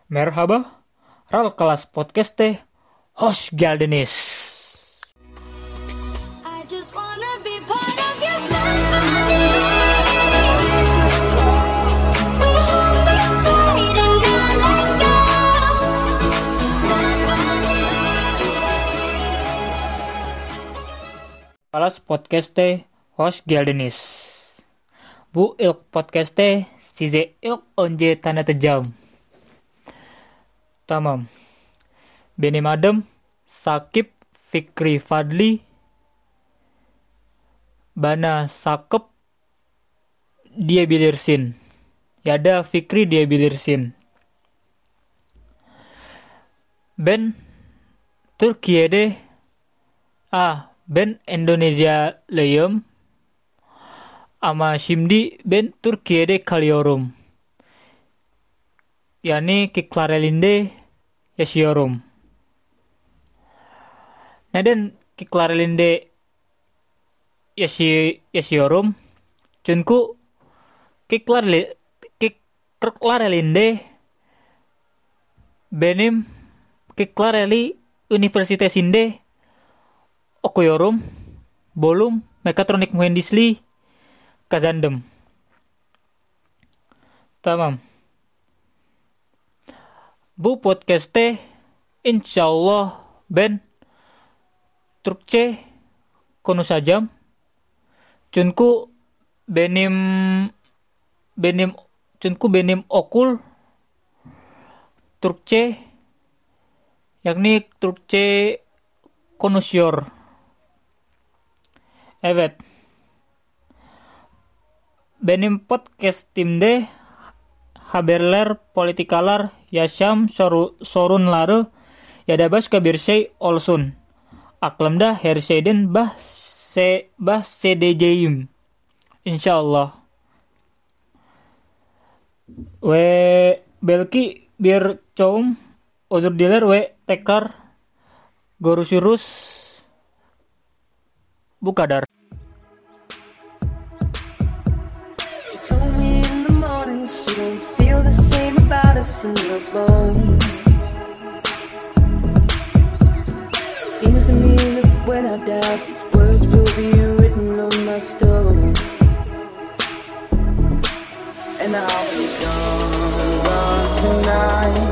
Merhaba, Ral kelas podcast teh, host Galdenis. I just wanna be part of your symphony. We hold me tight and not let go. Symphony. Kelas podcast teh, host Galdenis. Bu ilk podcast teh, size ilk onje tanda tejam. Tamam. Beni Madem, Sakip Fikri Fadli, Bana Sakep, dia bilirsin. Yada Fikri dia bilirsin. Ben Turkiye de, ben Indonesia leyem, ama şimdi ben Türkiye'de kalıyorum. Yani Kiklarelinde yaşıyorum. Neden Kiklarelinde yaşıyorum? Çünkü Kiklarelinde benim Kiklareli Üniversitesi'nde okuyorum. Bölüm Mekatronik Mühendisliği kazandım. Tamam. Bu podcast'te inşallah ben Türkçe konuşacağım. Çünkü benim okul Türkçe, yakni Türkçe konuşuyor. Evet. Benim podcast'imde haberler, politikalar, yaşam sorunları ya da başka bir şey olsun. Aklımda her şeyden bahsedeceğim. İnşallah. Ve belki bir çoğum özür diler ve tekrar görüşürüz. Bu kadar. She told me in the morning she don't feel the same about us in her bones. Seems to me that when I die, these words will be written on my stone. And I'll be gone tonight.